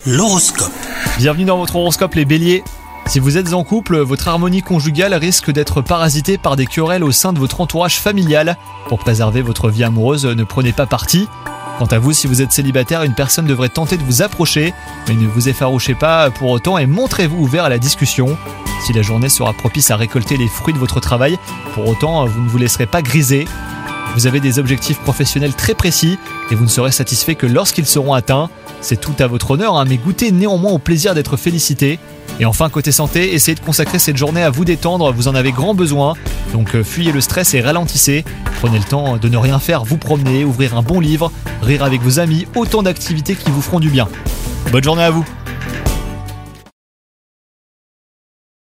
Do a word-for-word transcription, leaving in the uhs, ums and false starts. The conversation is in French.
L'horoscope. Bienvenue dans votre horoscope les béliers. Si vous êtes en couple, votre harmonie conjugale risque d'être parasitée par des querelles au sein de votre entourage familial. Pour préserver votre vie amoureuse, ne prenez pas parti. Quant à vous, si vous êtes célibataire, une personne devrait tenter de vous approcher, mais ne vous effarouchez pas pour autant et montrez-vous ouvert à la discussion. Si la journée sera propice à récolter les fruits de votre travail, pour autant, vous ne vous laisserez pas griser. Vous avez des objectifs professionnels très précis et vous ne serez satisfait que lorsqu'ils seront atteints. C'est tout à votre honneur, hein, mais goûtez néanmoins au plaisir d'être félicité. Et enfin, côté santé, essayez de consacrer cette journée à vous détendre, vous en avez grand besoin. Donc euh, fuyez le stress et ralentissez. Prenez le temps de ne rien faire, vous promener, ouvrir un bon livre, rire avec vos amis, autant d'activités qui vous feront du bien. Bonne journée à vous.